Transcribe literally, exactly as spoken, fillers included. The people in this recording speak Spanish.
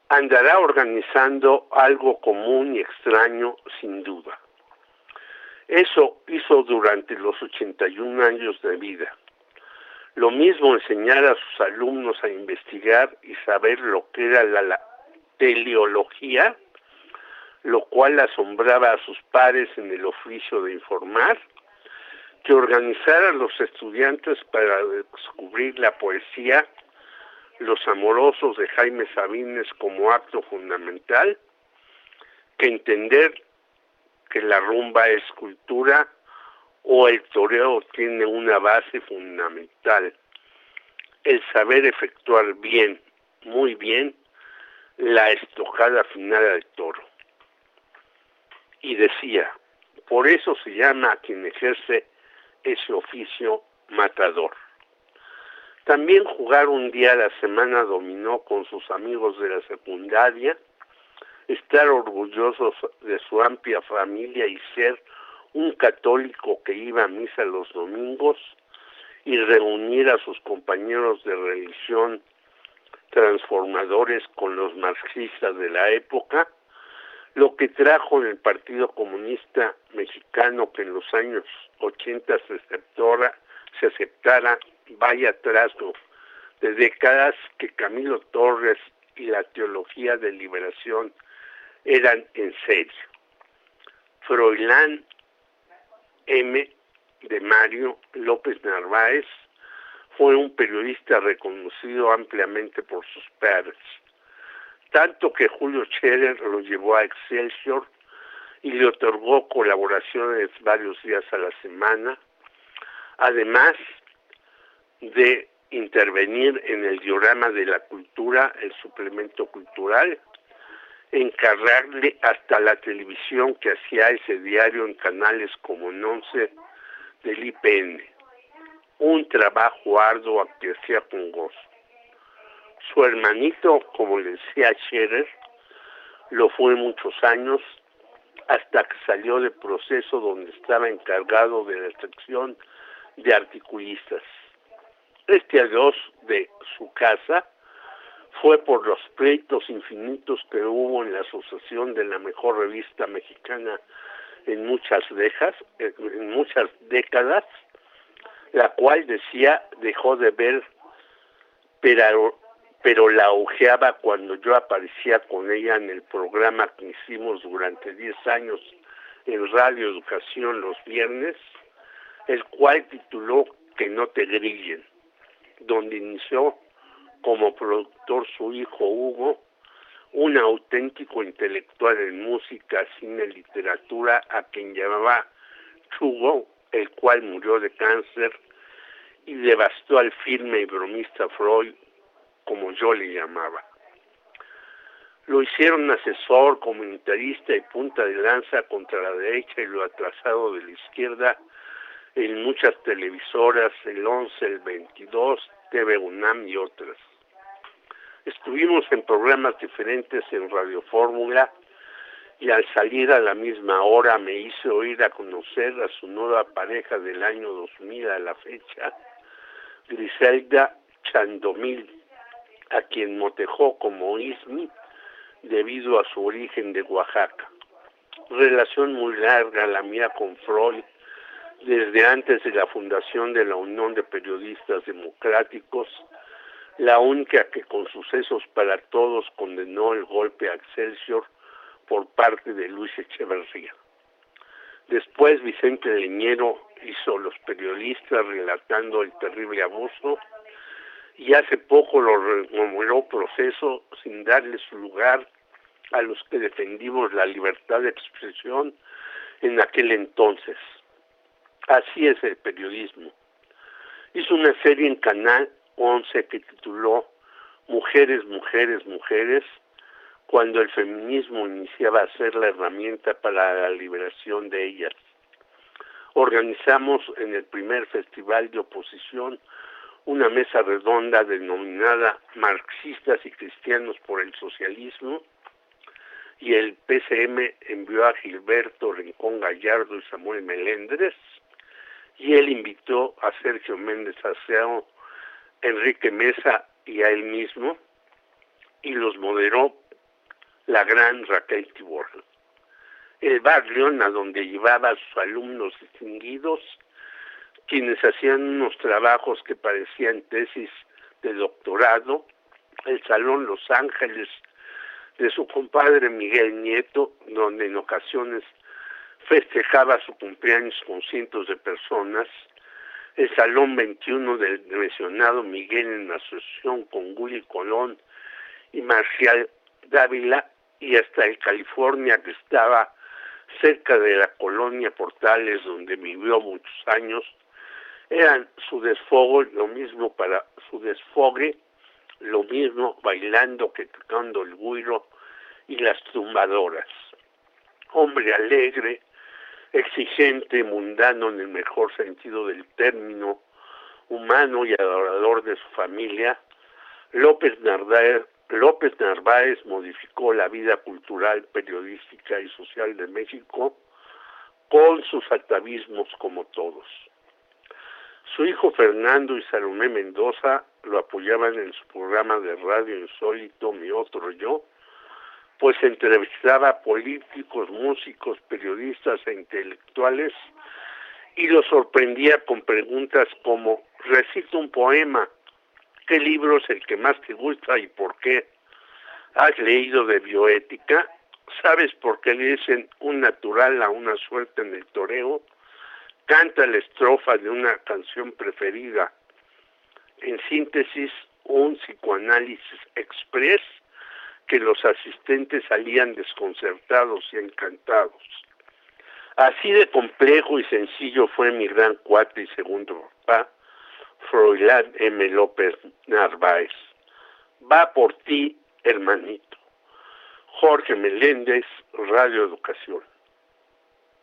andará organizando algo común y extraño, sin duda. Eso hizo durante los ochenta y un años de vida. Lo mismo enseñar a sus alumnos a investigar y saber lo que era la, la teleología, lo cual asombraba a sus pares en el oficio de informar, que organizar a los estudiantes para descubrir la poesía, los amorosos de Jaime Sabines como acto fundamental, que entender que la rumba es cultura o el toreo tiene una base fundamental, el saber efectuar bien, muy bien, la estocada final al toro. Y decía, por eso se llama a quien ejerce ese oficio matador. También jugar un día a la semana dominó con sus amigos de la secundaria, estar orgullosos de su amplia familia y ser un católico que iba a misa los domingos y reunir a sus compañeros de religión transformadores con los marxistas de la época, lo que trajo en el Partido Comunista Mexicano que en los años ochenta se aceptara, se aceptara vaya trazo de décadas que Camilo Torres y la teología de liberación eran en serio. Froilán M. de Mario López Narváez fue un periodista reconocido ampliamente por sus pares, tanto que Julio Scherer lo llevó a Excelsior y le otorgó colaboraciones varios días a la semana, además de intervenir en el diorama de la cultura, el suplemento cultural, encargarle hasta la televisión que hacía ese diario en canales como en once del I P N, un trabajo arduo que hacía con gozo. Su hermanito, como le decía Scherer, lo fue muchos años, hasta que salió del proceso donde estaba encargado de la sección de articulistas. Este adiós de su casa fue por los pleitos infinitos que hubo en la asociación de la mejor revista mexicana en muchas décadas, en muchas décadas, la cual decía dejó de ver, pero, pero la ojeaba cuando yo aparecía con ella en el programa que hicimos durante diez años en Radio Educación los viernes, el cual tituló Que no te grillen, donde inició como productor su hijo Hugo, un auténtico intelectual en música, cine, literatura, a quien llamaba Chugo, el cual murió de cáncer y devastó al firme y bromista Freud, como yo le llamaba. Lo hicieron asesor, comentarista y punta de lanza contra la derecha y lo atrasado de la izquierda en muchas televisoras, el once, el veintidós, T V UNAM y otras. Estuvimos en programas diferentes en Radio Fórmula y al salir a la misma hora me hice oír a conocer a su nueva pareja del año dos mil a la fecha, Griselda Chandomil, a quien motejó como Ismi debido a su origen de Oaxaca. Relación muy larga la mía con Freud, desde antes de la fundación de la Unión de Periodistas Democráticos, la única que con Sucesos para Todos condenó el golpe a Excelsior por parte de Luis Echeverría. Después Vicente Leñero hizo Los Periodistas relatando el terrible abuso y hace poco lo renombró Proceso sin darle su lugar a los que defendimos la libertad de expresión en aquel entonces. Así es el periodismo. Hizo una serie en Canal once que tituló Mujeres, Mujeres, Mujeres, cuando el feminismo iniciaba a ser la herramienta para la liberación de ellas. Organizamos en el primer festival de oposición una mesa redonda denominada Marxistas y Cristianos por el Socialismo, y el P C M envió a Gilberto Rincón Gallardo y Samuel Melendres, y él invitó a Sergio Méndez Aceo, Enrique Mesa y a él mismo, y los moderó la gran Raquel Tibor. El barrio a donde llevaba a sus alumnos distinguidos, quienes hacían unos trabajos que parecían tesis de doctorado, el Salón Los Ángeles de su compadre Miguel Nieto, donde en ocasiones festejaba su cumpleaños con cientos de personas, el Salón veintiuno del mencionado Miguel en asociación con Willy Colón y Marcial Dávila, y hasta el California, que estaba cerca de la colonia Portales, donde vivió muchos años, eran su desfogue, lo mismo para su desfogue, lo mismo bailando que tocando el güiro y las tumbadoras. Hombre alegre, exigente, mundano en el mejor sentido del término, humano y adorador de su familia, López Narváez, López Narváez modificó la vida cultural, periodística y social de México con sus atavismos como todos. Su hijo Fernando y Salomé Mendoza lo apoyaban en su programa de radio insólito Mi Otro Yo, pues entrevistaba a políticos, músicos, periodistas e intelectuales y los sorprendía con preguntas como: recita un poema, ¿qué libro es el que más te gusta y por qué? ¿Has leído de bioética? ¿Sabes por qué le dicen un natural a una suerte en el toreo? Canta la estrofa de una canción preferida. En síntesis, un psicoanálisis express que los asistentes salían desconcertados y encantados. Así de complejo y sencillo fue mi gran cuate y segundo papá, Froilán M. López Narváez. Va por ti, hermanito. Jorge Meléndez, Radio Educación.